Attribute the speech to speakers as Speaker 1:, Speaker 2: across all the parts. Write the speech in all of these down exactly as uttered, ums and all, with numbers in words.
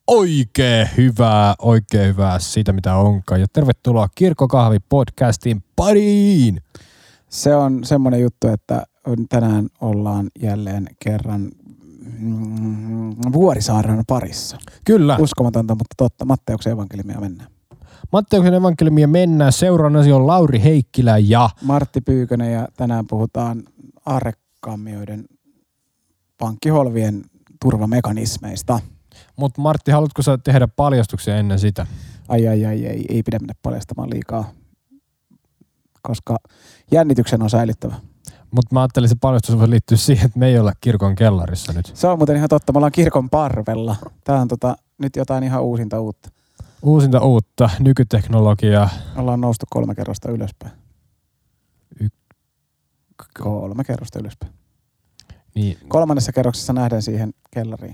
Speaker 1: Oikein hyvää, oikein hyvää siitä mitä onkaan. Ja tervetuloa Kirkkokahvi-podcastin pariin.
Speaker 2: Se on semmoinen juttu, että tänään ollaan jälleen kerran mm, Vuorisaaren parissa.
Speaker 1: Kyllä.
Speaker 2: Uskomatonta, mutta totta. Matteuksen evankeliumia mennään.
Speaker 1: Matteuksen evankeliumia mennään. Seuraavana on Lauri Heikkilä ja
Speaker 2: Martti Pyykönen ja tänään puhutaan aarrekammioiden pankkiholvien turvamekanismeista.
Speaker 1: Mutta Martti, haluatko sä tehdä paljastuksia ennen sitä?
Speaker 2: Ai ai ai, ei, ei pidä mennä paljastamaan liikaa, koska jännityksen on säilyttävä.
Speaker 1: Mutta mä ajattelin, että se paljastus voi liittyä siihen, että me ei olla kirkon kellarissa nyt.
Speaker 2: Se on muuten ihan totta. Me ollaan kirkon parvella. Tää on tota, nyt jotain ihan uusinta uutta.
Speaker 1: Uusinta uutta, nykyteknologiaa.
Speaker 2: Ollaan noustu kolme kerrosta ylöspäin.
Speaker 1: Y-
Speaker 2: kolme kerrosta ylöspäin.
Speaker 1: Niin.
Speaker 2: Kolmannessa kerroksessa nähdään siihen kellariin.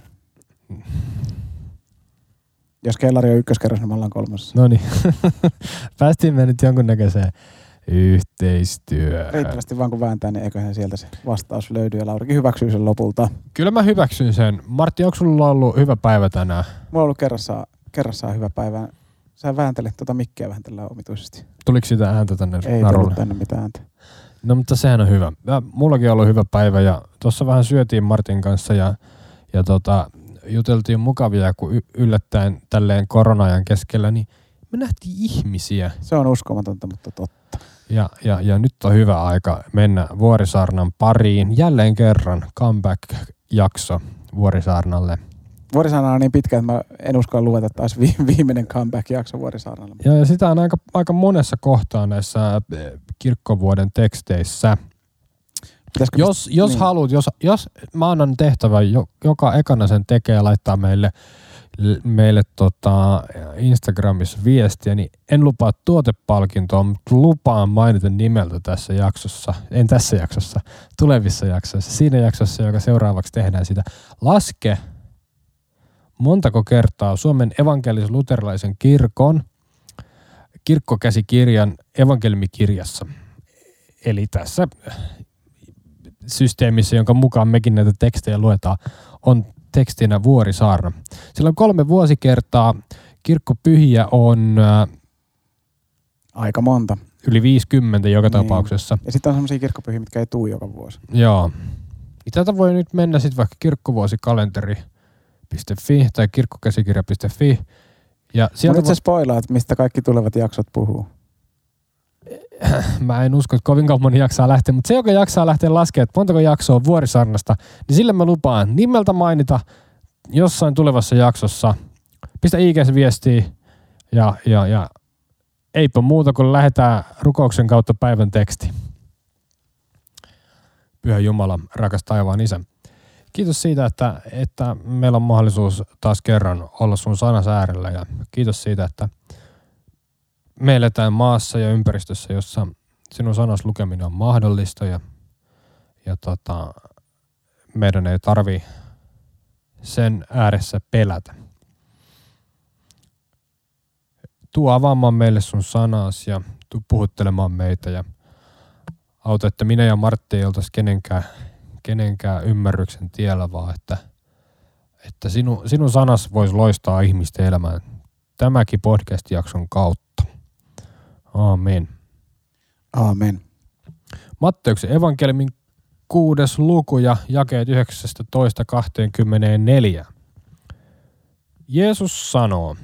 Speaker 2: Jos kellari on ykköskerros, niin me ollaan kolmosessa.
Speaker 1: No niin. Päästiin me nyt jonkunnäköiseen yhteistyöhön.
Speaker 2: Riittävästi vaan kun vääntää, niin eiköhän sieltä se vastaus löydy ja Laurikin hyväksyy sen lopulta.
Speaker 1: Kyllä mä hyväksyn sen. Martti, onko sulla ollut hyvä päivä tänään?
Speaker 2: Mulla on ollut kerrassaan, kerrassaan hyvä päivä. Sä vääntelet tuota mikkiä vähän tällä omituisesti.
Speaker 1: Tuliko sitä ääntä tänne
Speaker 2: Ei
Speaker 1: narulle?
Speaker 2: tullut tänne mitään ääntä.
Speaker 1: No mutta sehän on hyvä. Ja mullakin on ollut hyvä päivä ja tuossa vähän syötiin Martin kanssa ja, ja tota, juteltiin mukavia, kun y- yllättäen tälleen korona-ajan keskellä, niin me nähtiin ihmisiä.
Speaker 2: Se on uskomatonta, mutta totta.
Speaker 1: Ja, ja, ja nyt on hyvä aika mennä Vuorisaarnan pariin. Jälleen kerran comeback-jakso Vuorisaarnalle.
Speaker 2: Vuorisaarna on niin pitkä, että mä en uskalla luvata, että taas viimeinen comeback-jakso Vuorisaarnalla.
Speaker 1: Ja, ja sitä on aika, aika monessa kohtaa näissä kirkkovuoden teksteissä.
Speaker 2: Pitäisikö
Speaker 1: Jos, jos
Speaker 2: niin.
Speaker 1: haluat, jos, jos mä annan tehtävän, joka ekana sen tekee ja laittaa meille, meille tota Instagramissa viestiä, niin en lupaa tuotepalkintoa, mutta lupaan mainita nimeltä tässä jaksossa, en tässä jaksossa, tulevissa jaksoissa, siinä jaksossa, joka seuraavaksi tehdään sitä. Laske montako kertaa Suomen evankelis-luterilaisen kirkon kirkkokäsikirjan evankelmikirjassa, eli tässä systeemissä, jonka mukaan mekin näitä tekstejä luetaan, on tekstinä Vuorisaarna. Sillä on kolme vuosikertaa. Kirkkopyhiä on äh,
Speaker 2: aika monta.
Speaker 1: Yli viisikymmentä joka
Speaker 2: niin.
Speaker 1: tapauksessa.
Speaker 2: Ja sitten on semmoisia kirkkopyhiä, mitkä ei tule joka vuosi.
Speaker 1: Joo. Ja tätä voi nyt mennä sitten vaikka kirkkovuosikalenteri piste fi tai kirkkokäsikirja piste fi. Ja
Speaker 2: sieltä nyt vo- sä spoilaat, mistä kaikki tulevat jaksot puhuu.
Speaker 1: Mä en usko, että kovinkaan moni jaksaa lähteä, mutta se, joka jaksaa lähteä laskemaan, että montako jaksoa on Vuorisaarnasta, niin sille mä lupaan nimeltä mainita jossain tulevassa jaksossa. Pistä I G:ssä viestiä ja, ja, ja eipä muuta kuin lähdetään rukouksen kautta päivän teksti. Pyhä Jumala, rakas taivaan Isä. Kiitos siitä, että, että meillä on mahdollisuus taas kerran olla sun sanas äärellä ja kiitos siitä, että me eletään maassa ja ympäristössä, jossa sinun sanas lukeminen on mahdollista ja, ja tota, meidän ei tarvi sen ääressä pelätä. Tuu avaamaan meille sun sanas ja tuu puhuttelemaan meitä ja auta, että minä ja Martti ei oltaisi kenenkään, kenenkään ymmärryksen tiellä, vaan että, että sinun, sinun sanas voisi loistaa ihmisten elämään tämäkin podcast-jakson kautta. Aamen.
Speaker 2: Aamen.
Speaker 1: Matteuksen evankeliumin kuudes luku ja jakeet yhdeksäntoista kaksikymmentäneljä. Jeesus sanoo,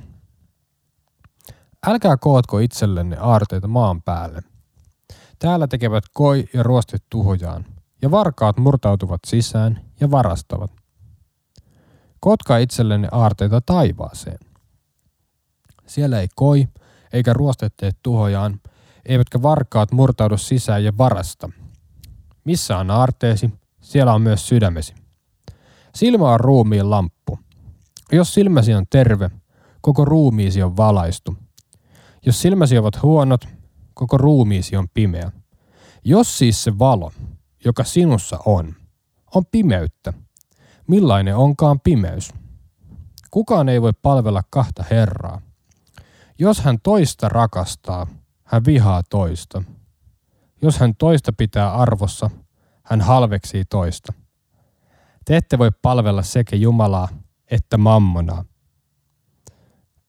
Speaker 1: älkää kootko itsellenne aarteita maan päälle. Täällä tekevät koi ja ruostet tuhojaan, ja varkaat murtautuvat sisään ja varastavat. Kootkaa itsellenne aarteita taivaaseen. Siellä ei koi, eikä ruostet tee tuhojaan, eivätkä varkaat murtaudu sisään ja varasta. Missä on aarteesi, siellä on myös sydämesi. Silmä on ruumiin lamppu. Jos silmäsi on terve, koko ruumiisi on valaistu. Jos silmäsi ovat huonot, koko ruumiisi on pimeä. Jos siis se valo, joka sinussa on, on pimeyttä, millainen onkaan pimeys? Kukaan ei voi palvella kahta herraa. Jos hän toista rakastaa, hän vihaa toista. Jos hän toista pitää arvossa, hän halveksii toista. Te ette voi palvella sekä Jumalaa että mammonaa.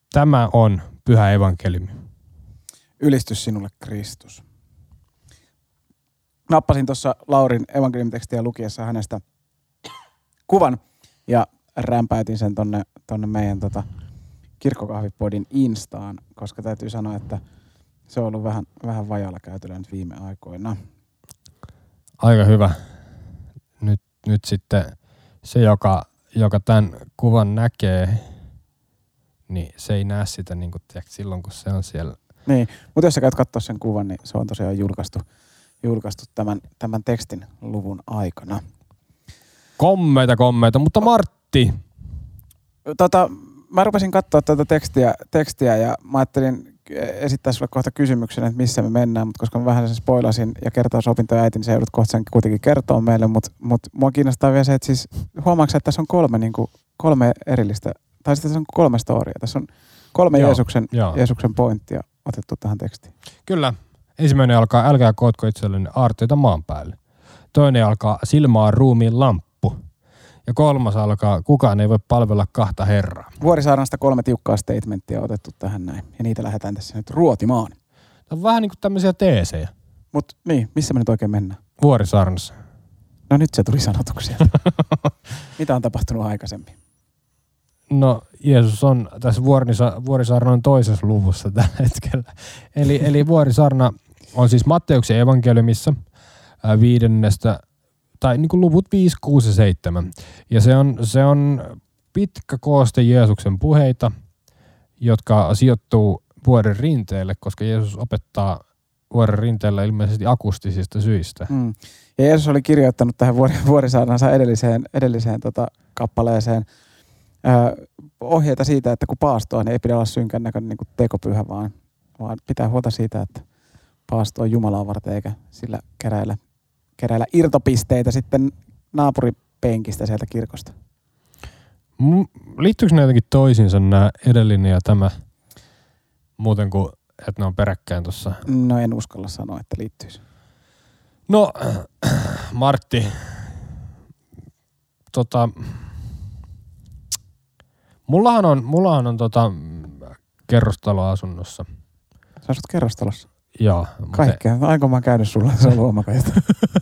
Speaker 1: Tämä on pyhä evankeliumi.
Speaker 2: Ylistys sinulle, Kristus. Nappasin tuossa Laurin evankeliumitekstiä lukiessa hänestä kuvan ja rämpäytin sen tonne, tonne meidän tota, kirkkokahvipodin Instaan, koska täytyy sanoa, että se on ollut vähän, vähän vajalla käytöllä nyt viime aikoina.
Speaker 1: Aika hyvä. Nyt, nyt sitten se, joka, joka tämän kuvan näkee, niin se ei näe sitä niin kuin, tiedätkö, silloin, kun se on siellä.
Speaker 2: Niin, mutta jos sä käyt katsoa sen kuvan, niin se on tosiaan julkaistu, julkaistu tämän, tämän tekstin luvun aikana.
Speaker 1: Kommeita, kommeita, mutta Martti.
Speaker 2: Tota, mä rupesin katsoa tätä tekstiä, tekstiä ja mä ajattelin esittää sulle kohta kysymyksen, että missä me mennään, mutta koska mä vähän sen spoilasin ja kertausopintoja äitin, niin se joudut kohta sen kuitenkin kertoa meille, mutta mut mua kiinnostaa vielä se, että siis huomaatko, että tässä on kolme, niin kuin, kolme erillistä, tai sitten tässä on kolme storia. Tässä on kolme joo, Jeesuksen, joo. Jeesuksen pointtia otettu tähän tekstiin.
Speaker 1: Kyllä. Ensimmäinen alkaa, älkää kootko itsellenne aarteita maan päälle. Toinen alkaa, silmaa ruumiin lamppu. Ja kolmas alkaa, kukaan ei voi palvella kahta herraa.
Speaker 2: Vuorisaarnasta kolme tiukkaa statementtia otettu tähän näin. Ja niitä lähdetään tässä nyt ruotimaan.
Speaker 1: Tämä on vähän niin kuin tämmöisiä teesejä.
Speaker 2: Mut niin, missä me nyt oikein mennään?
Speaker 1: Vuorisaarnassa.
Speaker 2: No nyt se tuli sanotuksia. Mitä on tapahtunut aikaisemmin?
Speaker 1: No Jeesus on tässä Vuorisa, Vuorisaarnan toisessa luvussa tällä hetkellä. Eli, eli Vuorisaarna on siis Matteuksen evankeliumissa ää, viidennestä, tai niin kuin luvut viisi, kuusi ja seitsemän. Ja se on, se on pitkä kooste Jeesuksen puheita, jotka sijoittuu vuoren rinteelle, koska Jeesus opettaa vuoren rinteellä ilmeisesti akustisista syistä. Mm.
Speaker 2: Ja Jeesus oli kirjoittanut tähän Vuorisaarnansa edelliseen, edelliseen tota, kappaleeseen Öö, ohjeita siitä, että kun paastoa, niin ei pidä olla synkän näköinen niin kuin tekopyhä, vaan, vaan pitää huolta siitä, että paasto on Jumalaa varten eikä sillä keräillä, keräillä irtopisteitä sitten naapuripenkistä sieltä kirkosta.
Speaker 1: M- liittyykö ne jotenkin toisiinsa nämä edellinen ja tämä muuten kuin, että ne on peräkkäin tuossa?
Speaker 2: No en uskalla sanoa, että liittyisi.
Speaker 1: No Martti, tota... Mullahan on, mullahan on tota kerrostaloasunnossa.
Speaker 2: Sä asut kerrostalossa?
Speaker 1: Joo.
Speaker 2: Kaikkea. Se... Aiko mä käynyt sulla, se on luomakaista.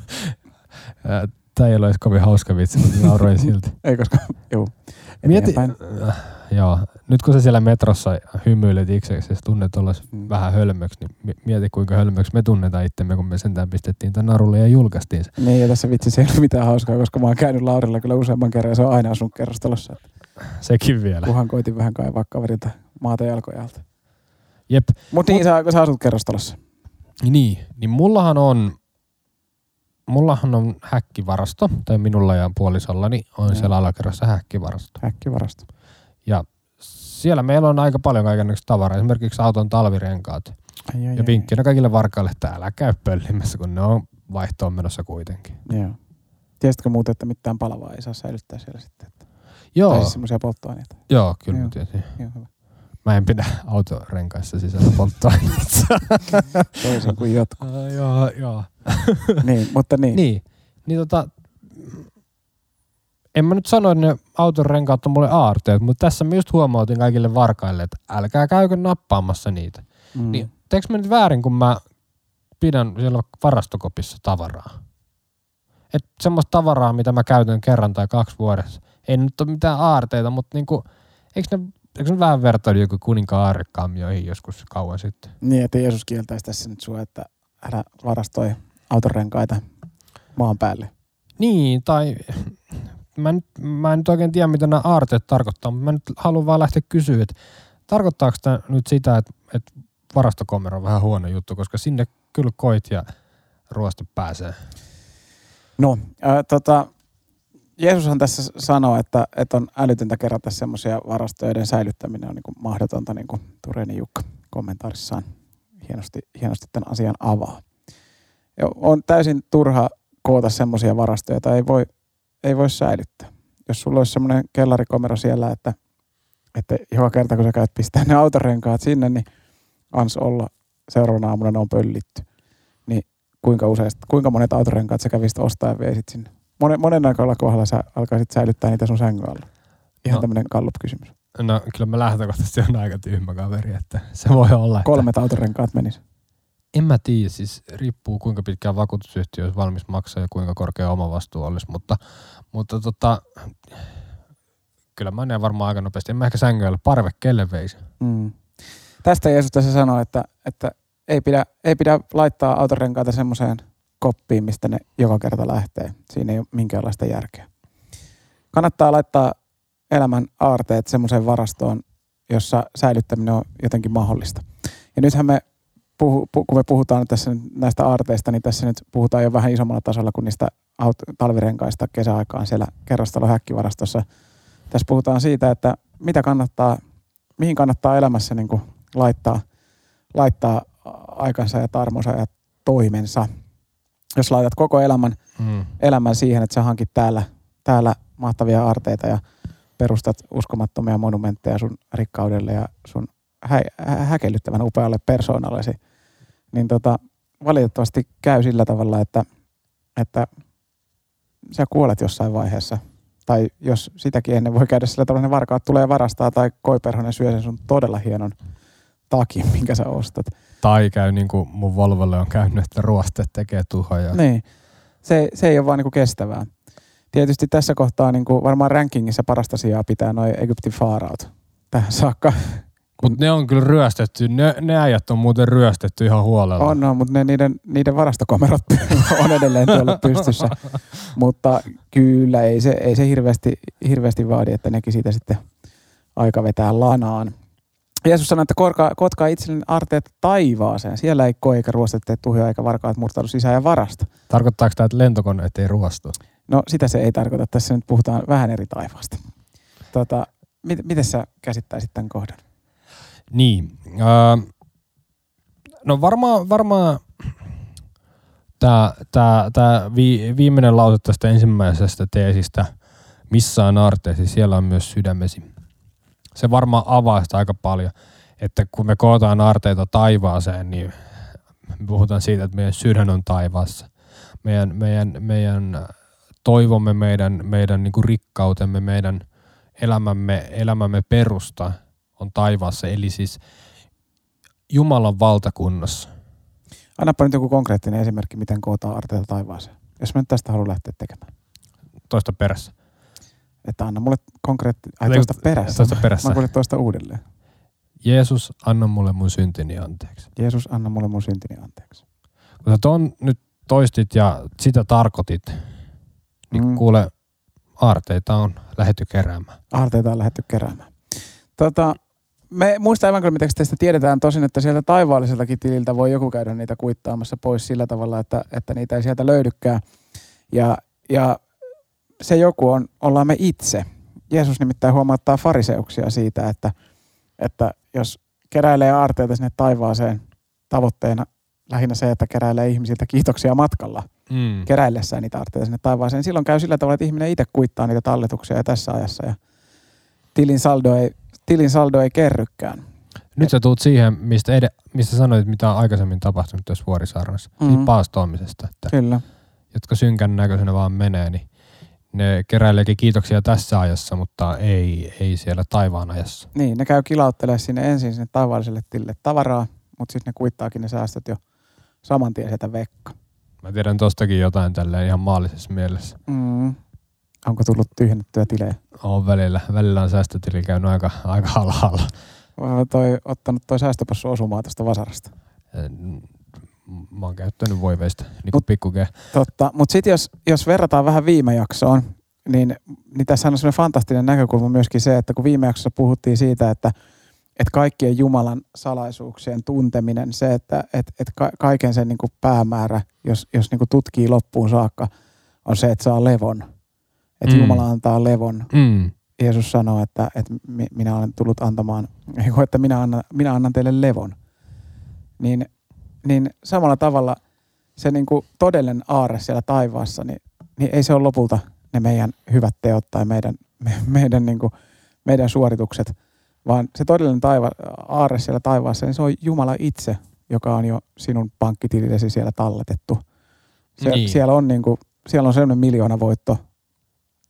Speaker 1: Tää ei ole edes kovin hauska vitsi, mutta nauroin silti.
Speaker 2: Ei koska, juu.
Speaker 1: Mieti, äh, joo. Nyt kun sä siellä metrossa hymyilet itseksi ja tunnet olles hmm. vähän hölmöksi, niin mieti kuinka hölmöksi me tunnetaan itsemme, kun me sentään pistettiin tän narulle ja julkaistiin se.
Speaker 2: Niin ja tässä vitsi se ei ole mitään hauskaa, koska mä oon käynyt Laurilla kyllä useamman kerran ja se on aina asunut kerrostalossa.
Speaker 1: Sekin vielä.
Speaker 2: Kuhan koitin vähän kaivaa kaverilta maata jalkojalta.
Speaker 1: Jep.
Speaker 2: Mutta niin, sä, sä asut kerrostalossa.
Speaker 1: Niin, niin mullahan on, mullahan on häkkivarasto, tai minulla ja puolisollani on ja. siellä alakerrassa häkkivarasto.
Speaker 2: Häkkivarasto.
Speaker 1: Ja siellä meillä on aika paljon kaikenlaista tavaraa, esimerkiksi auton talvirenkaat. Ai, ai, ja vinkkinä kaikille varkaille, että älä käy pöllimässä, kun ne on vaihtoon menossa kuitenkin.
Speaker 2: Joo. Tiesitkö muuten, että mitään palavaa ei saa säilyttää siellä sitten?
Speaker 1: Joo.
Speaker 2: Tai siis semmoisia polttoaineita.
Speaker 1: Joo, kyllä mä tiesin.
Speaker 2: Joo, hyvä.
Speaker 1: Mä en pidä autorenkaissa sisällä polttoaineita.
Speaker 2: Toisin kuin jotkut.
Speaker 1: Uh, joo, joo.
Speaker 2: Niin, mutta niin.
Speaker 1: Niin, niin tota, en mä nyt sano, että ne autorenkaat on mulle aarteet, mutta tässä mä just huomautin kaikille varkaille, että älkää käykö nappaamassa niitä. Mm. Niin teekö mä nyt väärin, kun mä pidän siellä varastokopissa tavaraa? Että semmoista tavaraa, mitä mä käytän kerran tai kaksi vuodessa. Ei nyt ole mitään aarteita, mutta niinku, eikö ne, eikö ne vähän vertailu joku kuninkaan aarrekammioihin joskus kauan sitten?
Speaker 2: Niin, että Jeesus kieltäisi tässä nyt sua, että älä varastoi autorenkaita maan päälle.
Speaker 1: Niin, tai mä, nyt, mä en nyt oikein tiedä, mitä nämä aarteet tarkoittaa, mutta mä nyt haluan vaan lähteä kysyä, että tarkoittaako tämä nyt sitä, että, että varastokomero on vähän huono juttu, koska sinne kyllä koit ja ruoste pääsee? No,
Speaker 2: äh, tota... Jeesushan tässä sanoo, että, että on älytöntä kerätä semmoisia varastoja, joiden säilyttäminen on niin kuin mahdotonta, niin kuin Tureeni Jukka kommentaarissaan hienosti, hienosti tämän asian avaa. Ja on täysin turha koota semmoisia varastoja, joita ei voi, ei voi säilyttää. Jos sulla olisi semmoinen kellarikomero siellä, että, että joka kerta kun sä käyt pistää ne autorenkaat sinne, niin ans olla seuraavana aamuna ne on pöllitty. Niin kuinka useasti, kuinka monet autorenkaat sä kävisit ostaa ja veisit sinne? Monen, monen aikaa kohdalla sä alkaisit säilyttää niitä sun sängyn alla. Ihan no, tämmönen Gallup-kysymys.
Speaker 1: No kyllä mä lähtökohtaisesti on aika tyhmä kaveri, että se voi olla.
Speaker 2: Kolmet että... autorenkaat menis.
Speaker 1: En mä tiedä, siis riippuu kuinka pitkään vakuutusyhtiö olisi valmis maksaa ja kuinka korkea oma vastuu olisi, mutta, mutta tota, kyllä mä näen varmaan aika nopeasti. En mä ehkä sängyillä parvekkeelle veisi.
Speaker 2: Mm. Tästä Jeesus tässä sanoo, että, että ei, pidä, ei pidä laittaa autorenkaita semmoiseen koppiin, mistä ne joka kerta lähtee. Siinä ei ole minkäänlaista järkeä. Kannattaa laittaa elämän aarteet semmoiseen varastoon, jossa säilyttäminen on jotenkin mahdollista. Ja nythän me, puhu, kun me puhutaan tässä näistä aarteista, niin tässä nyt puhutaan jo vähän isommalla tasolla kuin niistä talvirenkaista kesäaikaan siellä kerrostalon häkkivarastossa. Tässä puhutaan siitä, että mitä kannattaa, mihin kannattaa elämässä niin kuin laittaa, laittaa aikansa ja tarmonsa ja toimensa. Jos laitat koko elämän, mm. elämän siihen, että sä hankit täällä, täällä mahtavia aarteita ja perustat uskomattomia monumentteja sun rikkaudelle ja sun hä- hä- häkellyttävän upealle persoonallesi, niin tota, valitettavasti käy sillä tavalla, että, että sä kuolet jossain vaiheessa. Tai jos sitäkin ennen voi käydä sillä tavalla, ne varkaat tulee varastaa tai koiperhonen syö sen sun todella hienon takin, minkä sä ostat.
Speaker 1: Tai käy niin kuin mun Volvolle on käynyt, että ruosteet tekee tuhoja.
Speaker 2: Niin. Se, se ei ole vaan niin kuin kestävää. Tietysti tässä kohtaa niin kuin varmaan rankingissa parasta sijaa pitää noi Egyptin faaraut tähän saakka.
Speaker 1: Mutta ne on kyllä ryöstetty. Ne, ne äijät on muuten ryöstetty ihan huolella.
Speaker 2: On, no, mutta ne, niiden, niiden varastokamerot on edelleen tuolla pystyssä. Mutta kyllä ei se, ei se hirveästi, hirveästi vaadi, että nekin siitä sitten aika vetää lanaan. Jeesus sanoi, että korka, kotkaa itselleni aarteet taivaaseen. Siellä ei koe eikä ruostet tee tuhoja eikä varkaat murtaudu sisään ja varasta.
Speaker 1: Tarkoittaako tämä, että lentokoneet ei ruostu?
Speaker 2: No sitä se ei tarkoita. Tässä nyt puhutaan vähän eri taivaasta. Tota, mit, miten sä käsittäisit tämän kohdan?
Speaker 1: Niin. Äh, no varmaan varmaan tämä tää, tää vi, viimeinen lause tästä ensimmäisestä teesistä, missä on aarteesi, siellä on myös sydämesi. Se varmaan avaa sitä aika paljon, että kun me kootaan aarteita taivaaseen, niin me puhutaan siitä, että meidän sydän on taivaassa. Meidän, meidän, meidän toivomme, meidän, meidän niin kuin rikkautemme, meidän elämämme, elämämme perusta on taivaassa, eli siis Jumalan valtakunnassa.
Speaker 2: Annapa nyt joku konkreettinen esimerkki, miten kootaan aarteita taivaaseen. Jos mä nyt tästä haluan lähteä tekemään.
Speaker 1: Toista perässä.
Speaker 2: Että anna mulle konkreettinen, ai toista perässä.
Speaker 1: Toista perässä.
Speaker 2: Mä kuulen toista uudelleen.
Speaker 1: Jeesus, anna mulle mun syntini anteeksi.
Speaker 2: Jeesus, anna mulle mun syntini anteeksi.
Speaker 1: Kun sä ton nyt toistit ja sitä tarkoitit, niin mm. kuule, aarteita on lähdetty keräämään.
Speaker 2: Aarteita on lähdetty keräämään. Tota, me muista aivan kyllä, mitä teistä tiedetään tosin, että sieltä taivaalliseltakin tililtä voi joku käydä niitä kuittaamassa pois sillä tavalla, että, että niitä ei sieltä löydykään. Ja, ja se joku on, ollaan me itse. Jeesus nimittäin huomauttaa fariseuksia siitä, että, että jos keräilee aarteita sinne taivaaseen tavoitteena lähinnä se, että keräilee ihmisiltä kiitoksia matkalla, mm. keräillessään niitä aarteita sinne taivaaseen, silloin käy sillä tavalla, että ihminen itse kuittaa niitä talletuksia ja tässä ajassa ja tilin saldo ei, tilin saldo ei kerrykään.
Speaker 1: Nyt sä tuut siihen, mistä, ed- mistä sanoit, mitä on aikaisemmin tapahtunut tässä Vuorisaarnassa, mm-hmm. siitä paastoamisesta, että
Speaker 2: kyllä.
Speaker 1: Jotka synkän näköisenä vaan menee, niin ne keräileekin kiitoksia tässä ajassa, mutta ei, ei siellä taivaan ajassa.
Speaker 2: Niin, ne käy kilauttelemaan sinne ensin sinne taivaalliselle tilille tavaraa, mutta sitten ne kuittaakin ne säästöt jo saman tien sieltä vekka.
Speaker 1: Mä tiedän tostakin jotain tälleen ihan maallisessa mielessä.
Speaker 2: Mm. Onko tullut tyhjennettyä tilejä?
Speaker 1: On välillä. Välillä on säästötili käynyt aika, aika alhaalla.
Speaker 2: Olen toi, ottanut toi säästöpossu osumaan tuosta vasarasta.
Speaker 1: Mä oon käyttänyt voiveista, niin kuin pikkukea.
Speaker 2: Totta, mutta sitten jos, jos verrataan vähän viime jaksoon, niin, niin tässä on sellainen fantastinen näkökulma myöskin se, että kun viime jaksossa puhuttiin siitä, että, että kaikkien Jumalan salaisuuksien tunteminen, se, että et, et kaiken sen niin kuin päämäärä, jos, jos niin kuin tutkii loppuun saakka, on se, että saa levon. Että mm. Jumala antaa levon.
Speaker 1: Mm.
Speaker 2: Jeesus sanoo, että, että minä olen tullut antamaan, että minä annan, minä annan teille levon. Niin, niin samalla tavalla se niin kuin todellinen aarre siellä taivaassa, niin, niin ei se ole lopulta ne meidän hyvät teot tai meidän, me, meidän, niin kuin, meidän suoritukset, vaan se todellinen taiva, aarre siellä taivaassa, niin se on Jumala itse, joka on jo sinun pankkitilillesi siellä talletettu. Se, niin. Siellä on, niin kuin, siellä on sellainen miljoonavoitto,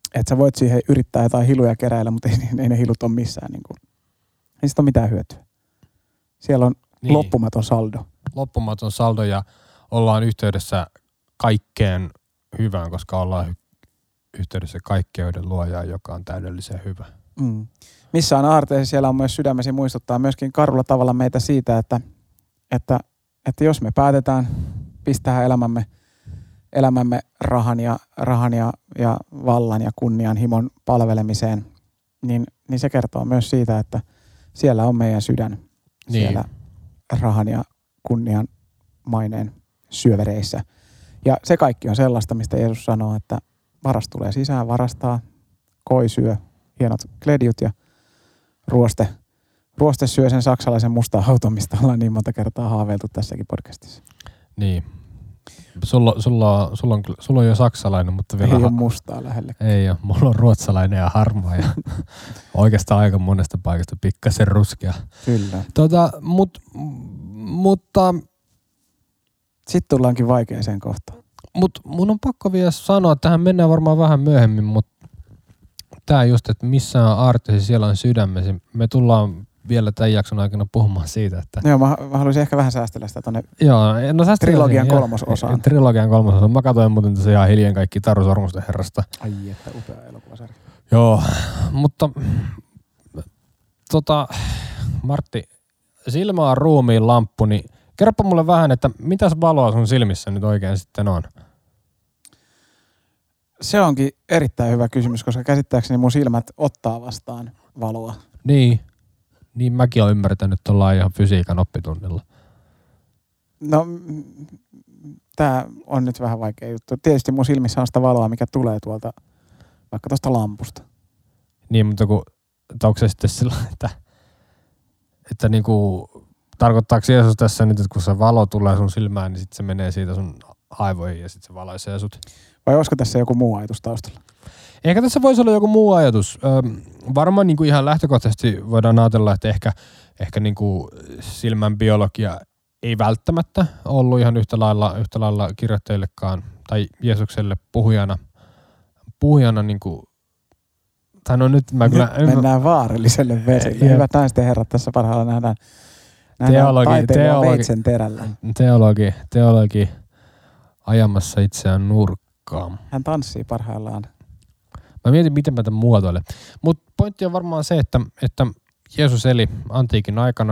Speaker 2: että sä voit siihen yrittää jotain hiluja keräillä, mutta ei, ei ne hilut ole missään. Niin kuin. Ei sitä ole mitään hyötyä. Siellä on niin. loppumaton saldo.
Speaker 1: Loppumaton saldo ja ollaan yhteydessä kaikkeen hyvään, koska ollaan yhteydessä kaikkeuden luojaan, joka on täydellisen hyvä.
Speaker 2: Mm. Missä on aarteesi, siellä on myös sydämesi muistuttaa myöskin karulla tavalla meitä siitä, että, että, että jos me päätetään pistää elämämme, elämämme rahan, ja, rahan ja, ja vallan ja kunnian himon palvelemiseen, niin, niin se kertoo myös siitä, että siellä on meidän sydän niin. siellä rahan ja kunnian maineen syövereissä. Ja se kaikki on sellaista, mistä Jeesus sanoo, että varas tulee sisään, varastaa, koi syö, hienot kledjut ja ruoste, ruoste syö sen saksalaisen mustan auton, mistä ollaan niin monta kertaa haaveiltu tässäkin podcastissa.
Speaker 1: Niin. Sulla, sulla, sulla, on, sulla on jo saksalainen, mutta vielä...
Speaker 2: Ei ha- ole mustaa lähelle.
Speaker 1: Ei ole. Mulla on ruotsalainen ja harmaa ja oikeastaan aika monesta paikasta pikkasen ruskea.
Speaker 2: Kyllä.
Speaker 1: Tota, mut, mutta...
Speaker 2: Sitten tullaankin vaikeaseen kohtaan.
Speaker 1: Mutta mun on pakko vielä sanoa, että tähän mennään varmaan vähän myöhemmin, mutta tää just, että missä on aarteesi, siellä on sydämesi. Me tullaan vielä tämän jakson aikana puhumaan siitä, että...
Speaker 2: Joo, mä, mä haluaisin ehkä vähän säästellä sitä tonne
Speaker 1: Joo, no
Speaker 2: trilogian kolmososaan.
Speaker 1: Trilogian kolmososaan. Mä katsoin muuten tässä ihan hiljen kaikki Taru Sormusten herrasta.
Speaker 2: Ai että upea elokuvasarja.
Speaker 1: Joo, mutta tota, Martti, silmä on ruumiin lamppu, niin kerropa mulle vähän, että mitäs valoa sun silmissä nyt oikein sitten on?
Speaker 2: Se onkin erittäin hyvä kysymys, koska käsittääkseni mun silmät ottaa vastaan valoa.
Speaker 1: Niin, niin mäkin olen ymmärtänyt, että ollaan ihan fysiikan oppitunnilla.
Speaker 2: No, tää on nyt vähän vaikea juttu. Tietysti mun silmissä on sitä valoa, mikä tulee tuolta vaikka tuosta lampusta.
Speaker 1: Niin, mutta kun, onko se sitten sillä, että, että niinku, tarkoittaako Jeesus tässä nyt, että kun se valo tulee sun silmään, niin sitten se menee siitä sun aivoihin ja sitten se valaisee sut?
Speaker 2: Vai olisiko tässä joku muu ajatus taustalla?
Speaker 1: Ehkä tässä voisi olla joku muu ajatus. Öö, varmaan niin kuin ihan lähtökohtaisesti voidaan ajatella, että ehkä, ehkä niin kuin silmän biologia ei välttämättä ollut ihan yhtä lailla, yhtä lailla kirjoittajillekaan tai Jeesukselle puhujana. Puhujana niin kuin, tai no nyt mä kyllä...
Speaker 2: Nyt mennään vaaralliselle vesille. Hyvät naiset ja herrat, tässä parhaalla nähdään, nähdään
Speaker 1: teologi, teologi,
Speaker 2: veitsen terällä.
Speaker 1: Teologi, teologi ajamassa itseään nurkkaan.
Speaker 2: Hän tanssii parhaillaan.
Speaker 1: Mä mietin, miten mä tämän muotoilen. Mutta pointti on varmaan se, että, että Jeesus eli antiikin aikana,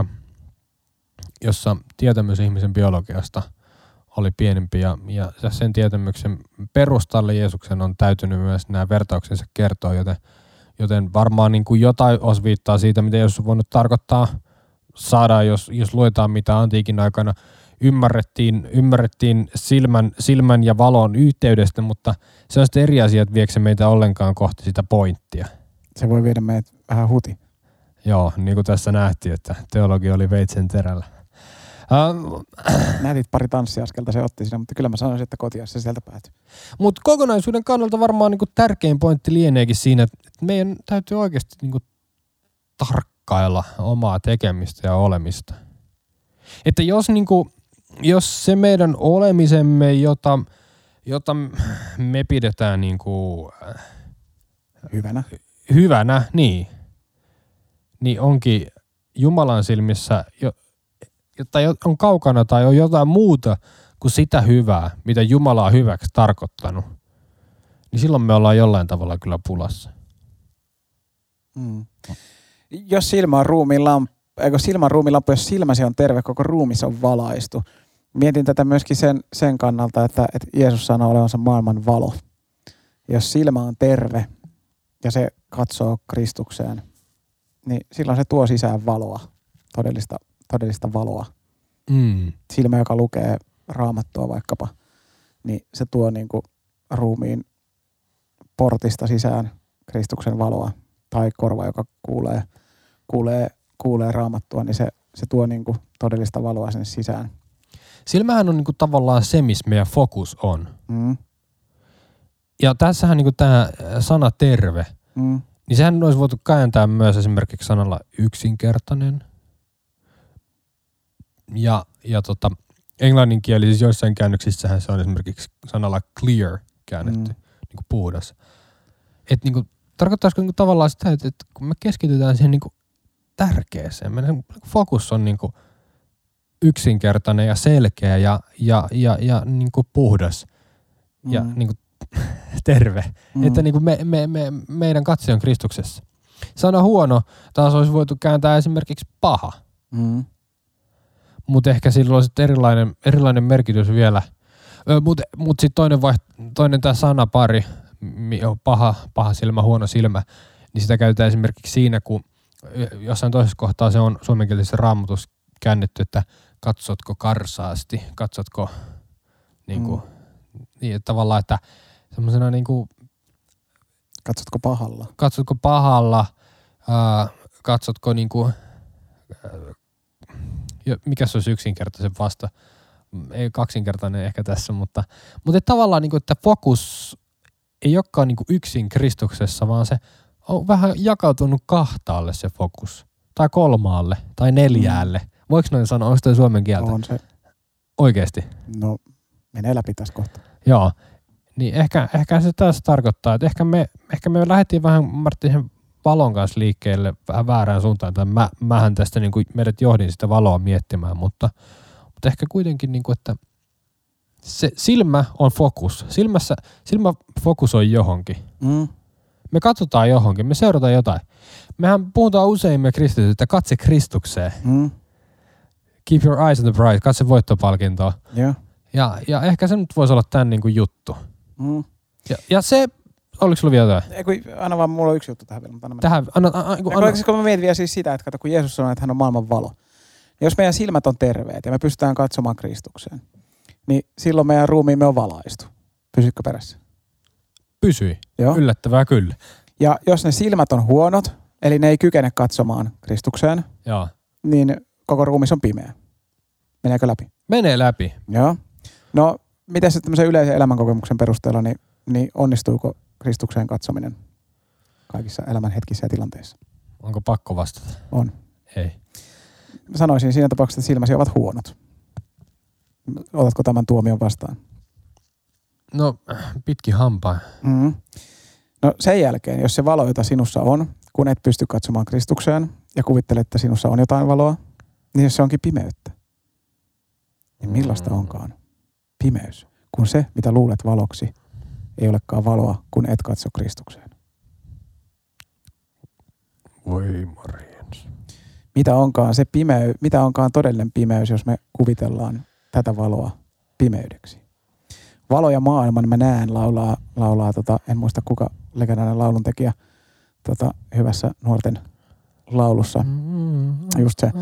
Speaker 1: jossa tietämys ihmisen biologiasta oli pienempi ja, ja sen tietämyksen perustalle Jeesuksen on täytynyt myös nämä vertauksensa kertoa, joten, joten varmaan niin kuin jotain osviittaa siitä, mitä Jeesus on voinut tarkoittaa, saadaan, jos, jos luetaan mitä antiikin aikana ymmärrettiin, ymmärrettiin silmän, silmän ja valon yhteydestä, mutta se on sitten eri asia, että viekö se meitä ollenkaan kohti sitä pointtia.
Speaker 2: Se voi viedä meidät vähän huti.
Speaker 1: Joo, niin kuin tässä nähtiin, että teologia oli veitsen terällä.
Speaker 2: Äh, Näytit pari tanssiaskelta, se otti siinä, mutta kyllä mä sanoisin, että kotiassa se sieltä päätyi.
Speaker 1: Mutta kokonaisuuden kannalta varmaan niinku tärkein pointti lieneekin siinä, että meidän täytyy oikeasti niinku tarkkailla omaa tekemistä ja olemista. Että jos, niinku, jos se meidän olemisemme, jota, jota me pidetään niinku,
Speaker 2: hyvänä,
Speaker 1: hyvänä niin, niin onkin Jumalan silmissä, jo, tai on kaukana tai on jotain muuta kuin sitä hyvää, mitä Jumala on hyväksi tarkoittanut, niin silloin me ollaan jollain tavalla kyllä pulassa.
Speaker 2: Mm. Jos silmä on ruumiin lamppu, eikö silmä on ruumiin lamppu, jos silmäsi on terve, koko ruumis on valaistu. Mietin tätä myöskin sen, sen kannalta, että, että Jeesus sanoo olevansa maailman valo. Jos silmä on terve ja se katsoo Kristukseen, niin silloin se tuo sisään valoa, todellista, todellista valoa.
Speaker 1: Mm.
Speaker 2: Silmä, joka lukee Raamattua vaikkapa, niin se tuo niin kuin ruumiin portista sisään Kristuksen valoa. Tai korva, joka kuulee, kuulee, kuulee Raamattua, niin se, se tuo niin kuin todellista valoa sinne sisään.
Speaker 1: Silmähän on niin kuin tavallaan se, missä meidän fokus on.
Speaker 2: Mm.
Speaker 1: Ja tässähän niin kuin tämä sana terve,
Speaker 2: Mm.
Speaker 1: niin sehän olisi voitu kääntää myös esimerkiksi sanalla yksinkertainen. Ja, ja tota, englanninkielisessä joissain käännöksissähän se on esimerkiksi sanalla clear käännetty,
Speaker 2: Mm.
Speaker 1: niin kuin puhdas. että niinku, tarkoittaisiko niinku tavallaan sitä, että, että kun me keskitytään siihen niinku tärkeäseen, meidän fokus on niinku yksinkertainen ja selkeä ja, ja, ja, ja niinku puhdas mm. ja niinku terve. Mm. Että niinku me, me, me, meidän katse on Kristuksessa. Sana huono taas olisi voitu kääntää esimerkiksi paha. Mm. Mutta ehkä sillä olisi erilainen, erilainen merkitys vielä. Mutta mut sitten toinen, toinen tämä sanapari, paha, paha silmä, huono silmä, niin sitä käytetään esimerkiksi siinä, kun jossain toisessa kohtaa se on suomenkielisessä raamatus käännetty, että katsotko karsaasti, katsotko niinku, mm. niin, tavallaan, että semmoisena niinku,
Speaker 2: katsotko pahalla?
Speaker 1: Katsotko pahalla, ää, katsotko niinku, ää, mikä se olisi yksinkertaisen vasta, ei kaksinkertainen ehkä tässä, mutta, mutta tavallaan niinku, että fokus ei olekaan niinku yksin Kristuksessa, vaan se on vähän jakautunut kahtaalle se fokus. Tai kolmaalle, tai neljäälle. Mm. Voiko noin sanoa, onko toi suomen kieltä?
Speaker 2: On se.
Speaker 1: Oikeesti?
Speaker 2: No, menee läpi tässä kohtaa.
Speaker 1: Joo. Niin ehkä, ehkä se tässä tarkoittaa, että ehkä me, ehkä me lähdettiin vähän Marttisen valon kanssa liikkeelle vähän väärään suuntaan. Tai mä, mähän tästä niin kuin meidät johdin sitä valoa miettimään, mutta, mutta ehkä kuitenkin, niin kuin, että se silmä on fokus. Silmässä, silmä fokusoi johonkin. Mm. Me katsotaan johonkin, me seurataan jotain. Mehän puhutaan usein me kristityt, että katse Kristukseen. Mm. Keep your eyes on the prize, katse voittopalkintoa.
Speaker 2: Yeah.
Speaker 1: Ja, ja ehkä se nyt voisi olla tämän niin kuin juttu. Mm. Ja, ja se, oliko sulla vielä jotain?
Speaker 2: Ei kun, anna vaan, mulla on yksi juttu tähän vielä. Mutta anna
Speaker 1: tähän, anna, anna, anna,
Speaker 2: anna. Kun, kun mä mietin vielä siis sitä, että kato, kun Jeesus sanoi, että hän on maailman valo. Niin jos meidän silmät on terveet ja me pystytään katsomaan Kristukseen, niin silloin meidän ruumiimme on valaistu. Pysytkö perässä?
Speaker 1: Pysyi.
Speaker 2: Joo.
Speaker 1: Yllättävää kyllä.
Speaker 2: Ja jos ne silmät on huonot, eli ne ei kykene katsomaan Kristukseen,
Speaker 1: Joo.
Speaker 2: niin koko ruumis on pimeä. Meneekö läpi?
Speaker 1: Menee läpi.
Speaker 2: Joo. No, miten se tämmöisen yleisen elämänkokemuksen perusteella, niin, niin onnistuuko Kristukseen katsominen kaikissa elämän hetkissä ja tilanteissa?
Speaker 1: Onko pakko vastata?
Speaker 2: On.
Speaker 1: Ei.
Speaker 2: Mä sanoisin siinä tapauksessa, että silmäsi ovat huonot. Otatko tämän tuomion vastaan?
Speaker 1: No, pitki hampaa.
Speaker 2: Mm-hmm. No sen jälkeen, jos se valo, jota sinussa on, kun et pysty katsomaan Kristukseen ja kuvittelet, että sinussa on jotain valoa, niin jos se onkin pimeyttä, niin millaista onkaan pimeys, kun se, mitä luulet valoksi, ei olekaan valoa, kun et katso Kristukseen.
Speaker 1: Voi morjens.
Speaker 2: Mitä onkaan se pimeys, mitä onkaan todellinen pimeys, jos me kuvitellaan tätä valoa pimeydeksi. Valo ja maailman mä näen laulaa, laulaa tota, en muista kuka legendaarinen lauluntekijä tota, hyvässä nuorten laulussa. Just se.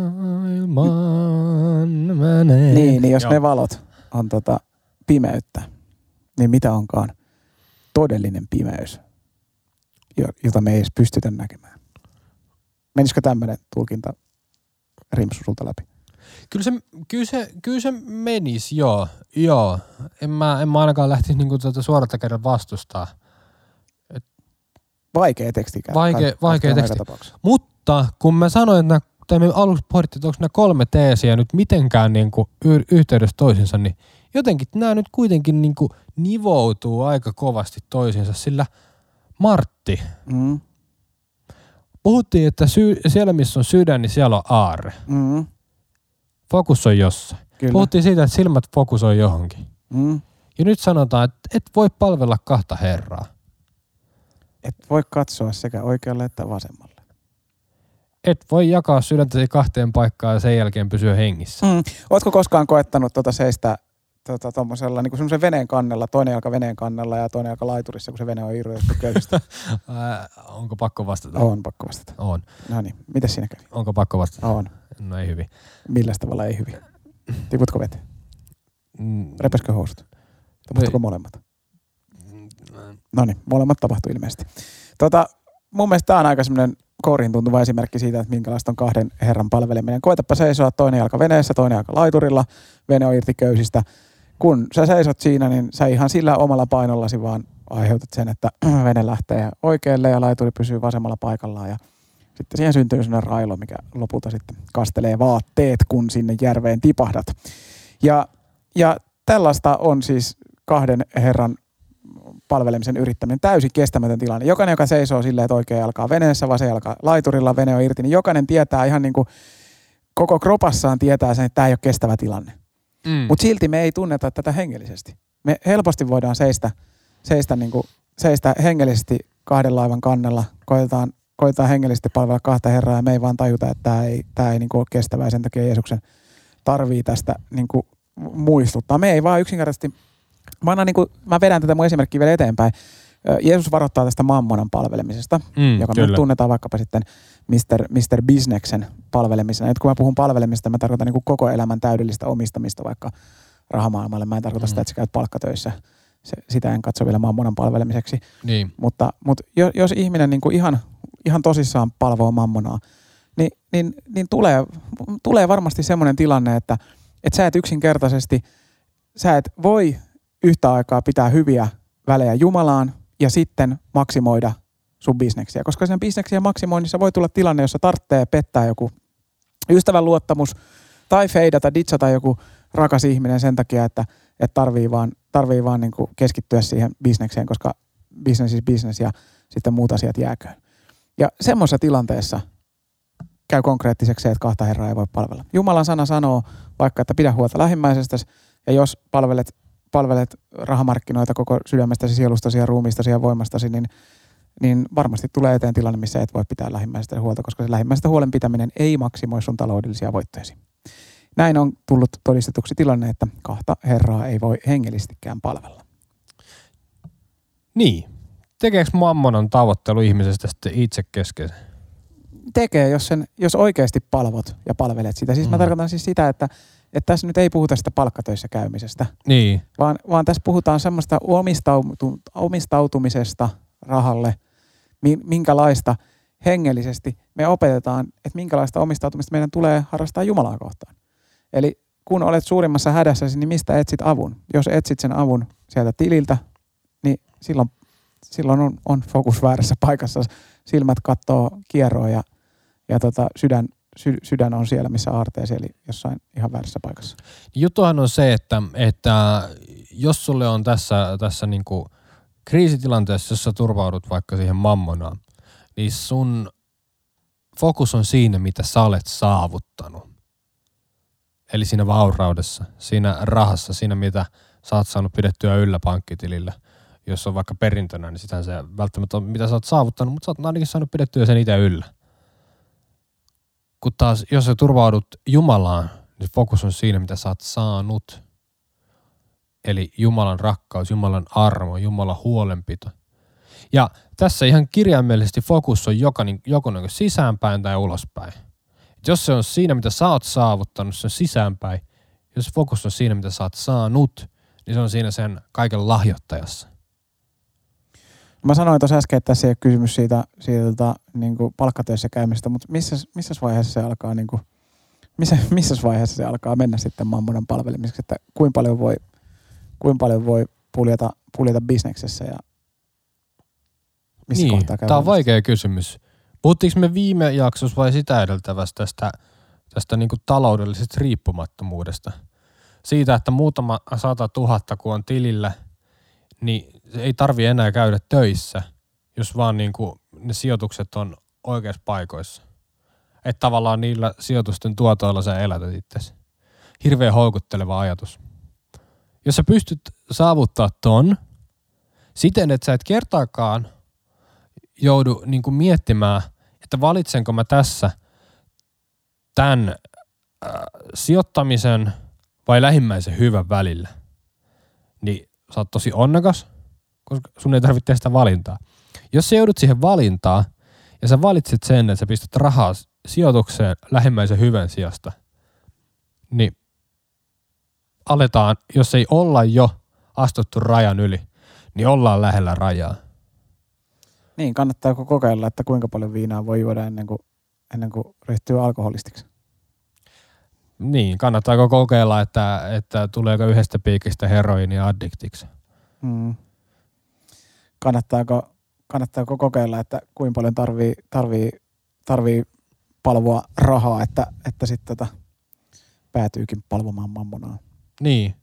Speaker 2: Niin, niin jos Joo. ne valot on tota, pimeyttä, niin mitä onkaan todellinen pimeys, jota me ei edes pystytä näkemään. Menisikö tämmöinen tulkinta rimpsu sulta läpi?
Speaker 1: Kyllä se, kyllä se, kyllä se menisi, joo. joo. En, mä, en mä ainakaan lähtisi niinku tuota suoralta kerran vastustaa. Et
Speaker 2: vaikea teksti.
Speaker 1: Vaikea, vaikea teksti. Mutta kun mä sanoin, että tai me aluksi pohdittiin, että onko nämä kolme teesiä nyt mitenkään niinku y- yhteydessä toisinsa, niin jotenkin nämä nyt kuitenkin niinku nivoutuu aika kovasti toisiinsa, sillä Martti, mm. puhuttiin, että sy- siellä missä on sydän, niin siellä on aarre. Mm. Fokus on jossain. Kyllä. Puhuttiin siitä, että silmät fokusoi johonkin. Mm. Ja nyt sanotaan, että et voi palvella kahta herraa.
Speaker 2: Et voi katsoa sekä oikealle että vasemmalle.
Speaker 1: Et voi jakaa sydäntäsi kahteen paikkaan ja sen jälkeen pysyä hengissä. Mm.
Speaker 2: Ootko koskaan koettanut tuota seistä tuota, tuommoisella niin semmoisen veneen kannella, toinen jalka veneen kannella ja toinen jalka laiturissa, kun se vene on irrotettu köyhistä?
Speaker 1: Onko pakko vastata?
Speaker 2: On pakko vastata.
Speaker 1: On.
Speaker 2: No niin, mitäs siinä kävi?
Speaker 1: Onko pakko vastata?
Speaker 2: On.
Speaker 1: No ei hyvin.
Speaker 2: Millä tavalla ei hyvin? Tiputko veteen? Mm. Repeskö housut? Tapahtuiko molemmat? No niin, molemmat tapahtui ilmeisesti. Tota, mun mielestä tää on aika semmoinen kouriin tuntuva esimerkki siitä, että minkälaista on kahden herran palveleminen. Koetapa seisoa toinen jalka veneessä, toinen jalka laiturilla, vene on irti köysistä. Kun sä seisot siinä, niin sä ihan sillä omalla painollasi vaan aiheutat sen, että vene lähtee oikealle ja laituri pysyy vasemmalla paikallaan. Ja sitten siihen syntyy sellainen railo, mikä lopulta sitten kastelee vaatteet, kun sinne järveen tipahdat. Ja, ja tällaista on siis kahden herran palvelemisen yrittäminen, täysin kestämätön tilanne. Jokainen, joka seisoo silleen, että oikein jalkaa veneessä, vasen jalkaa laiturilla, vene on irti, niin jokainen tietää ihan niin kuin koko kropassaan tietää sen, että tämä ei ole kestävä tilanne. Mm. Mutta silti me ei tunneta tätä hengellisesti. Me helposti voidaan seistä, seistä, niin kuin, seistä hengellisesti kahden laivan kannella, koetaan, koetaan hengellisesti palvella kahta Herraa ja me ei vaan tajuta, että tämä ei, tämä ei niin kuin ole kestävää. Sen takia Jeesuksen tarvii tästä niin kuin muistuttaa. Me ei vaan yksinkertaisesti, mä, annan, niin kuin, mä vedän tätä mun esimerkkiä vielä eteenpäin. Jeesus varoittaa tästä mammonan palvelemisesta, mm, joka me tunnetaan vaikkapa sitten mister mister Businessen palvelemisena. Nyt kun mä puhun palvelemisesta, mä tarkoitan niin kuin koko elämän täydellistä omistamista vaikka rahamaailmalle. Mä en tarkoita mm. sitä, että sä käyt palkkatöissä. Se, sitä en katso vielä mammonan palvelemiseksi.
Speaker 1: Niin.
Speaker 2: Mutta, mutta jos ihminen niin kuin ihan, ihan tosissaan palvoo mammonaa, niin, niin, niin tulee, tulee varmasti semmoinen tilanne, että, että sä et yksinkertaisesti, sä et voi yhtä aikaa pitää hyviä välejä Jumalaan ja sitten maksimoida sun bisneksiä. Koska sen bisneksien maksimoinnissa voi tulla tilanne, jossa tarvitsee pettää joku ystävän luottamus tai feidata, ditsata joku rakas ihminen sen takia, että, että tarvii vaan, tarvii vaan niin kuin keskittyä siihen bisnekseen, koska business is business ja sitten muut asiat jääköön. Ja semmoisessa tilanteessa käy konkreettiseksi se, että kahta Herraa ei voi palvella. Jumalan sana sanoo vaikka, että pidä huolta lähimmäisestäsi ja jos palvelet palvelet rahamarkkinoita koko sydämestäsi, sielustasi ja ruumiistasi ja voimastasi, niin, niin varmasti tulee eteen tilanne, missä et voi pitää lähimmäisestä huolta, koska se lähimmäisestä huolen pitäminen ei maksimoi sun taloudellisia voittojasi. Näin on tullut todistetuksi tilanne, että kahta Herraa ei voi hengellistikään palvella.
Speaker 1: Niin. Tekeekö mammonan tavoittelu ihmisestä sitten itse keskeisen?
Speaker 2: Tekee, jos, sen, jos oikeasti palvot ja palvelet sitä. Siis mm. mä tarkoitan siis sitä, että Että tässä nyt ei puhuta sitä palkkatöissä käymisestä,
Speaker 1: niin.
Speaker 2: vaan, vaan tässä puhutaan semmoista omistautu, omistautumisesta rahalle, minkälaista hengellisesti me opetetaan, että minkälaista omistautumista meidän tulee harrastaa Jumalaa kohtaan. Eli kun olet suurimmassa hädässäsi, niin mistä etsit avun? Jos etsit sen avun sieltä tililtä, niin silloin, silloin on, on fokus väärässä paikassa. Silmät katsoo kierroa ja, ja tota, sydän Sy- sydän on siellä, missä aarteesi, eli jossain ihan väärässä paikassa.
Speaker 1: Juttuhan on se, että, että jos sulle on tässä, tässä niinku kriisitilanteessa, jossa turvaudut vaikka siihen mammonaan, niin sun fokus on siinä, mitä sä olet saavuttanut. Eli siinä vauraudessa, siinä rahassa, siinä mitä sä oot saanut pidettyä yllä pankkitilillä. Jos on vaikka perintönä, niin sitähän se välttämättä on, mitä sä oot saavuttanut, mutta sä oot ainakin saanut pidettyä sen itse yllä. Kun taas, jos sä turvaudut Jumalaan, niin fokus on siinä, mitä sä oot saanut. Eli Jumalan rakkaus, Jumalan armo, Jumalan huolenpito. Ja tässä ihan kirjaimellisesti fokus on joko, joko niin sisäänpäin tai ulospäin. Et jos se on siinä, mitä sä oot saavuttanut, se on sisäänpäin. Jos fokus on siinä, mitä sä oot saanut, niin se on siinä sen kaiken lahjoittajassa.
Speaker 2: Mä sanoin tuossa äsken, että tässä ei ole kysymys siitä, siitä tota, niin kuin palkkatöissä käymisestä, mutta missä, missä vaiheessa se alkaa, niin kuin, missä, missä vaiheessa se alkaa mennä sitten mammonan palvelemiseksi, että kuinka paljon voi, kuinka paljon voi puljata, puljata bisneksessä ja missä
Speaker 1: niin,
Speaker 2: kohtaa käy.
Speaker 1: Tämä on vaikea kysymys. Puhuttiinko me viime jaksossa vai sitä edeltävästä tästä, tästä niin kuin taloudellisesta riippumattomuudesta? Siitä, että muutama sata tuhatta kun on tilillä, niin ei tarvi enää käydä töissä, jos vaan niin kuin ne sijoitukset on oikeassa paikoissa. Että tavallaan niillä sijoitusten tuotoilla sä elätät itsesi. Hirveän houkutteleva ajatus. Jos sä pystyt saavuttaa ton siten, että sä et kertaakaan joudu niin kuin miettimään, että valitsenko mä tässä tämän äh, sijoittamisen vai lähimmäisen hyvän välillä, niin sä oot tosi onnekas, koska sun ei tarvitse tehdä sitä valintaa. Jos sä joudut siihen valintaan ja sä valitset sen, että sä pistät rahaa sijoitukseen lähimmäisen hyvän sijasta, niin aletaan, jos ei olla jo astuttu rajan yli, niin ollaan lähellä rajaa.
Speaker 2: Niin, kannattaako kokeilla, että kuinka paljon viinaa voi juoda ennen kuin, ennen kuin ryhtyy alkoholistiksi?
Speaker 1: Niin, kannattaako kokeilla, että, että tuleeko yhdestä piikistä heroiinia addiktiksi?
Speaker 2: Hmm. Kannattaako, kannattaako kokeilla, että kuinka paljon tarvii, tarvii, tarvii palvoa rahaa, että, että sitten tota päätyykin palvomaan mammonaa?
Speaker 1: Niin.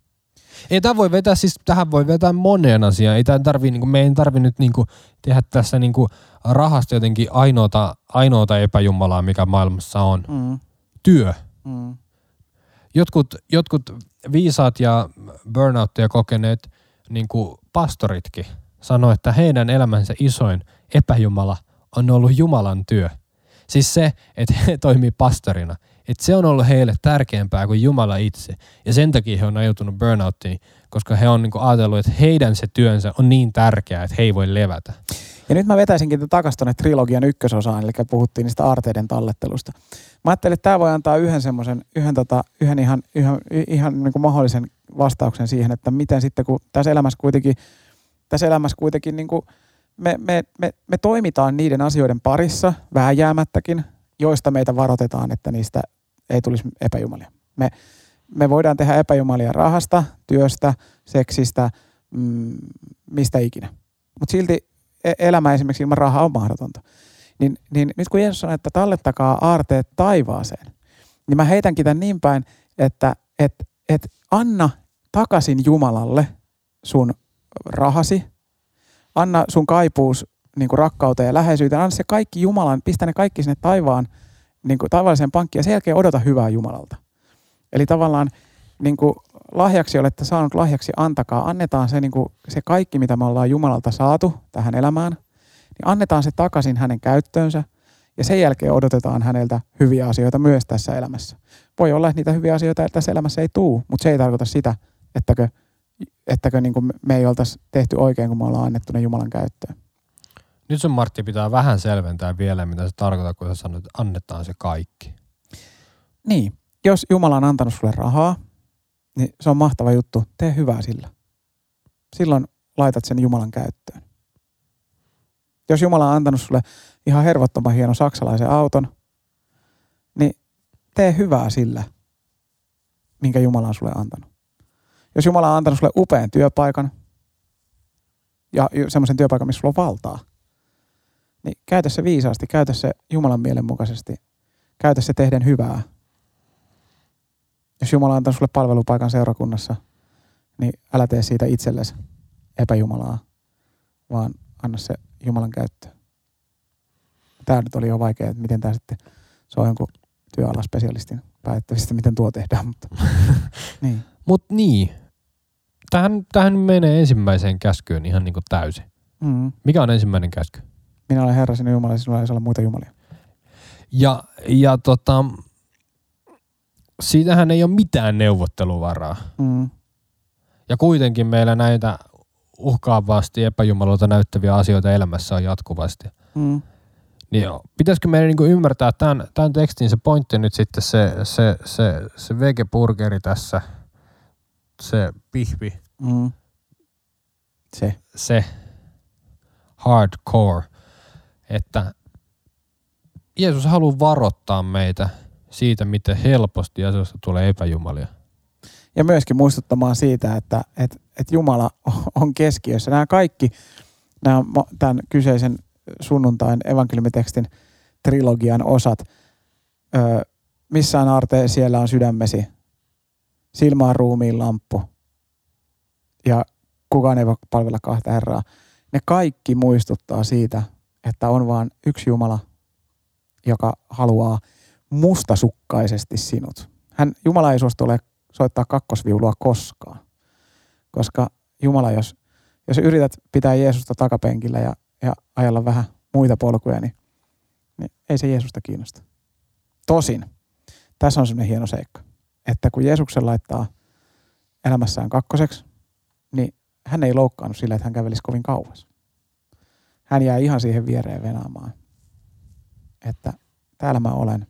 Speaker 1: Ei tämä voi vetää, siis tähän voi vetää moneen asiaan. Ei tämän tarvii, niin kuin, me ei tarvitse nyt niin kuin, tehdä tässä niin kuin, rahasta jotenkin ainoata, ainoata epäjumalaa, mikä maailmassa on. Mm. Työ. Mm. Jotkut, jotkut viisaat ja burnouttia kokeneet niin kuin pastoritkin sanoo, että heidän elämänsä isoin epäjumala on ollut Jumalan työ. Siis se, että he toimii pastorina. Että se on ollut heille tärkeämpää kuin Jumala itse. Ja sen takia he on ajautunut burnouttiin, koska he on niinku ajatellut, että heidän se työnsä on niin tärkeää, että he ei voi levätä.
Speaker 2: Ja nyt mä vetäisinkin takaisin tuonne trilogian ykkösosaan, eli puhuttiin niistä aarteiden tallettelusta. Mä ajattelin, että tämä voi antaa yhden semmoisen, yhden, tota, yhden ihan, ihan, ihan niin kuin mahdollisen vastauksen siihen, että miten sitten, kun tässä elämässä kuitenkin, tässä elämässä kuitenkin niin kuin me, me, me, me toimitaan niiden asioiden parissa vääjäämättäkin, joista meitä varoitetaan, että niistä ei tulisi epäjumalia. Me, me voidaan tehdä epäjumalia rahasta, työstä, seksistä, mm, mistä ikinä. Mutta silti elämä esimerkiksi ilman rahaa on mahdotonta. Niin, niin nyt kun Jeesus sanoo, että tallettakaa aarteet taivaaseen, niin mä heitänkin tämän niin päin, että et, et anna takaisin Jumalalle sun rahasi, anna sun kaipuus niin kuin rakkauteen ja läheisyyteen, anna se kaikki Jumalan, pistä ne kaikki sinne taivaan, niin kuin taivalliseen pankkiin ja sen jälkeen odota hyvää Jumalalta. Eli tavallaan niin kuin lahjaksi olette saanut, lahjaksi antakaa. Annetaan se, niin kuin, se kaikki, mitä me ollaan Jumalalta saatu tähän elämään, niin annetaan se takaisin hänen käyttöönsä ja sen jälkeen odotetaan häneltä hyviä asioita myös tässä elämässä. Voi olla, että niitä hyviä asioita tässä elämässä ei tule, mutta se ei tarkoita sitä, ettäkö, ettäkö niin kuin me ei oltaisi tehty oikein, kun me ollaan annettu ne Jumalan käyttöön.
Speaker 1: Nyt sun Martti pitää vähän selventää vielä, mitä se tarkoittaa, kun sä sanot, että annetaan se kaikki.
Speaker 2: Niin, jos Jumala on antanut sulle rahaa, niin se on mahtava juttu. Tee hyvää sillä. Silloin laitat sen Jumalan käyttöön. Jos Jumala on antanut sulle ihan hervottoman hieno saksalaisen auton, niin tee hyvää sillä, minkä Jumala on sulle antanut. Jos Jumala on antanut sulle upean työpaikan ja semmoisen työpaikan, missä sulla on valtaa, niin käytä se viisaasti, käytä se Jumalan mielen mukaisesti, käytä se tehden hyvää. Jos Jumala antaa sulle palvelupaikan seurakunnassa, niin älä tee siitä itsellesi epäjumalaa, vaan anna se Jumalan käyttöön. Tämä nyt oli jo vaikea, että miten tämä sitten, se on jonkun työalaspesialistin päättävistä, miten tuo tehdään. Mutta niin.
Speaker 1: Mut niin, tähän, tähän menee ensimmäiseen käskyyn ihan niin kuin täysin. Mm. Mikä on ensimmäinen käsky?
Speaker 2: Minä olen Herra sinun Jumala, sinulla ei saa olla muita jumalia.
Speaker 1: Ja, ja tota, siitähän ei ole mitään neuvotteluvaraa. Mm. Ja kuitenkin meillä näitä uhkaavasti epäjumaluilta näyttäviä asioita elämässä on jatkuvasti. Mm. Niin pitäisikö meidän niinku ymmärtää tämän, tämän tekstin se pointti nyt sitten se, se, se, se vegeburgeri tässä, se pihvi, mm.
Speaker 2: se.
Speaker 1: se hardcore, että Jeesus haluaa varoittaa meitä siitä, miten helposti asioista tulee epäjumalia.
Speaker 2: Ja myöskin muistuttamaan siitä, että, että, että Jumala on keskiössä. Nämä kaikki, nämä tämän kyseisen sunnuntain evankeliumitekstin trilogian osat, öö, missään aarte siellä on sydämesi, silmä on ruumiin lamppu ja kukaan ei voi palvella kahta Herraa. Ne kaikki muistuttaa siitä, että on vain yksi Jumala, joka haluaa mustasukkaisesti sinut. Hän, Jumala ei suostu ole soittaa kakkosviulua koskaan, koska Jumala, jos, jos yrität pitää Jeesusta takapenkillä ja, ja ajalla vähän muita polkuja, niin, niin ei se Jeesusta kiinnosta. Tosin, tässä on sellainen hieno seikka, että kun Jeesuksen laittaa elämässään kakkoseksi, niin hän ei loukkaannut sillä, että hän kävelisi kovin kauas. Hän jää ihan siihen viereen venaamaan, että täällä mä olen.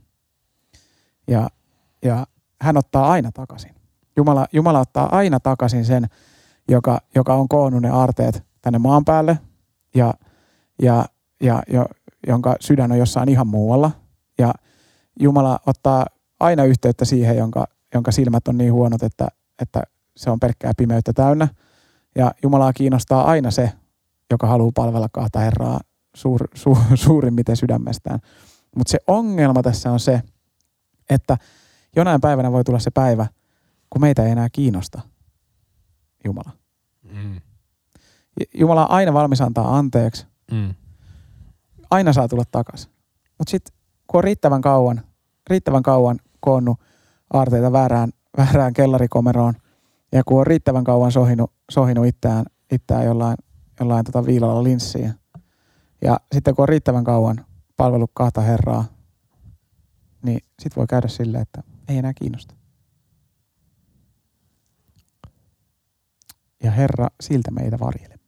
Speaker 2: Ja, ja hän ottaa aina takaisin. Jumala, Jumala ottaa aina takaisin sen, joka, joka on koonnut ne aarteet tänne maan päälle ja, ja, ja jo, jonka sydän on jossain ihan muualla. Ja Jumala ottaa aina yhteyttä siihen, jonka, jonka silmät on niin huonot, että, että se on pelkkää pimeyttä täynnä. Ja Jumalaa kiinnostaa aina se, joka haluaa palvella kahta Herraa suur, su, suurimmiten sydämestään. Mutta se ongelma tässä on se, että jonain päivänä voi tulla se päivä, kun meitä ei enää kiinnosta Jumala.
Speaker 1: Mm.
Speaker 2: Jumala on aina valmis antaa anteeksi.
Speaker 1: Mm.
Speaker 2: Aina saa tulla takaisin. Mutta sitten kun on riittävän kauan, riittävän kauan koonnut aarteita väärään, väärään kellarikomeroon ja kun on riittävän kauan sohinut, sohinut itseään, itseään jollain, jollain tota viilalla linssiin ja sitten kun on riittävän kauan palvellut kahta Herraa, niin sit voi käydä silleen, että ei enää kiinnosta. Ja Herra siltä meitä varjelee.